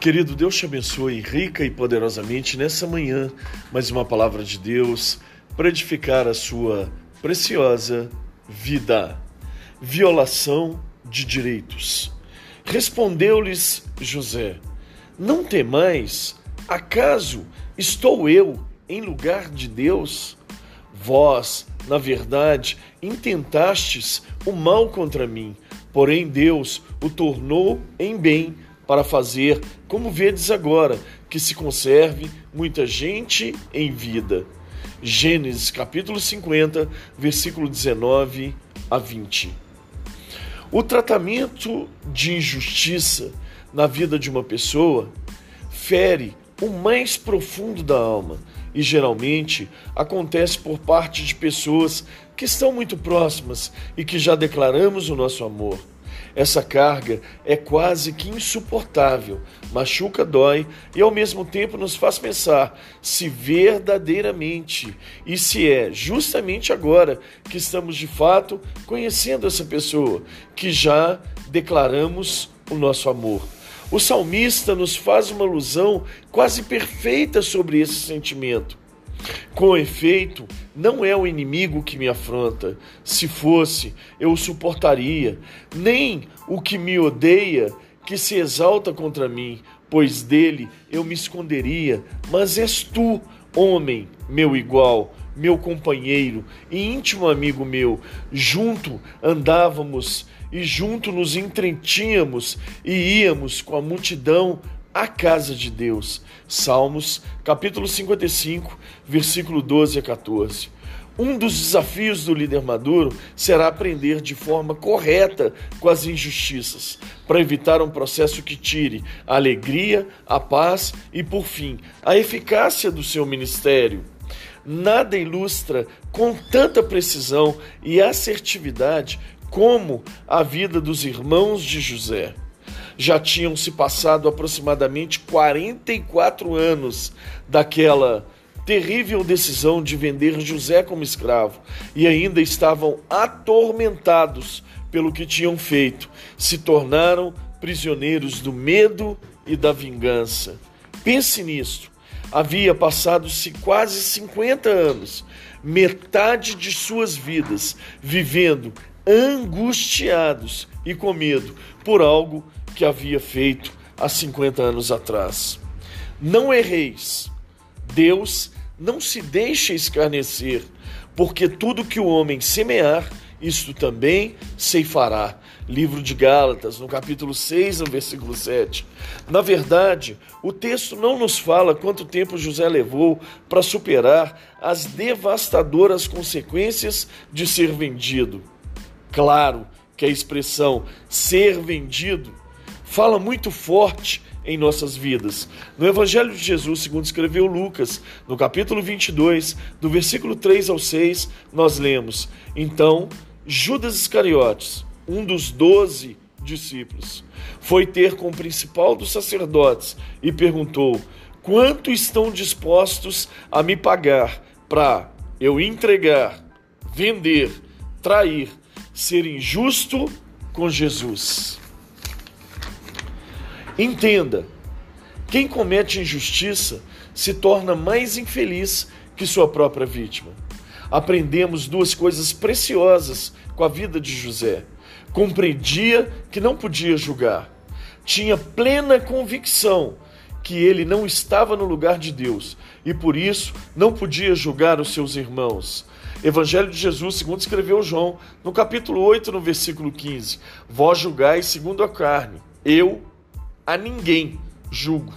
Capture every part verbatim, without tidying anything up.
Querido, Deus te abençoe rica e poderosamente nessa manhã, mais uma palavra de Deus para edificar a sua preciosa vida. Violação de direitos. Respondeu-lhes José: não temais, acaso estou eu em lugar de Deus? Vós, na verdade, intentastes o mal contra mim, porém Deus o tornou em bem, para fazer, como vedes agora, que se conserve muita gente em vida. Gênesis capítulo cinquenta, versículo dezenove a vinte. O tratamento de injustiça na vida de uma pessoa fere o mais profundo da alma e geralmente acontece por parte de pessoas que estão muito próximas e que já declaramos o nosso amor. Essa carga é quase que insuportável, machuca, dói e ao mesmo tempo nos faz pensar se verdadeiramente e se é justamente agora que estamos de fato conhecendo essa pessoa, que já declaramos o nosso amor. O salmista nos faz uma alusão quase perfeita sobre esse sentimento. Com efeito, não é o inimigo que me afronta. Se fosse, eu o suportaria. Nem o que me odeia, que se exalta contra mim, pois dele eu me esconderia. Mas és tu, homem, meu igual, meu companheiro e íntimo amigo meu. Junto andávamos e junto nos entretínhamos e íamos com a multidão à casa de Deus. Salmos, capítulo cinquenta e cinco, versículo doze a quatorze. Um dos desafios do líder maduro será aprender de forma correta com as injustiças, para evitar um processo que tire a alegria, a paz e, por fim, a eficácia do seu ministério. Nada ilustra com tanta precisão e assertividade como a vida dos irmãos de José. Já tinham se passado aproximadamente quarenta e quatro anos daquela terrível decisão de vender José como escravo e ainda estavam atormentados pelo que tinham feito. Se tornaram prisioneiros do medo e da vingança. Pense nisto. Havia passado-se quase cinquenta anos, metade de suas vidas, vivendo angustiados e com medo por algo que havia feito há cinquenta anos atrás. Não erreis. Deus não se deixa escarnecer, porque tudo que o homem semear, isto também ceifará. Livro de Gálatas, no capítulo seis, no versículo sete. Na verdade, o texto não nos fala quanto tempo José levou para superar as devastadoras consequências de ser vendido. Claro que a expressão ser vendido fala muito forte em nossas vidas. No Evangelho de Jesus, segundo escreveu Lucas, no capítulo vinte e dois, do versículo três ao seis, nós lemos: então, Judas Iscariotes, um dos doze discípulos, foi ter com o principal dos sacerdotes e perguntou: quanto estão dispostos a me pagar para eu entregar, vender, trair, ser injusto com Jesus? Entenda, quem comete injustiça se torna mais infeliz que sua própria vítima. Aprendemos duas coisas preciosas com a vida de José. Compreendia que não podia julgar. Tinha plena convicção que ele não estava no lugar de Deus e por isso não podia julgar os seus irmãos. Evangelho de Jesus, segundo escreveu João, no capítulo oito, no versículo quinze. Vós julgais segundo a carne, eu a ninguém julgo.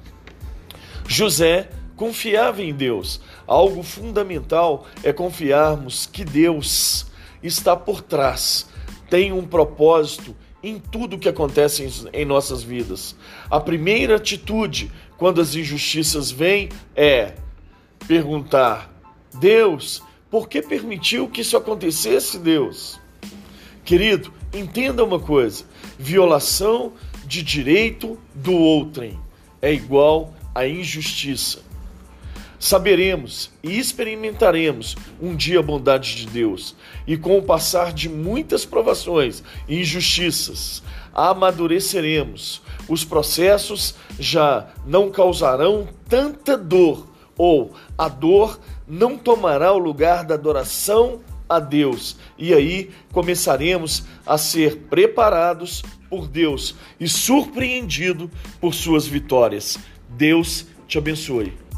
José confiava em Deus. Algo fundamental é confiarmos que Deus está por trás, tem um propósito em tudo que acontece em nossas vidas. A primeira atitude quando as injustiças vêm é perguntar: Deus, por que permitiu que isso acontecesse, Deus? Querido, entenda uma coisa: violação de direito do outrem é igual a injustiça. Saberemos e experimentaremos um dia a bondade de Deus, e com o passar de muitas provações e injustiças, amadureceremos. Os processos já não causarão tanta dor, ou a dor não tomará o lugar da adoração a Deus. E aí começaremos a ser preparados por Deus e surpreendidos por suas vitórias. Deus te abençoe.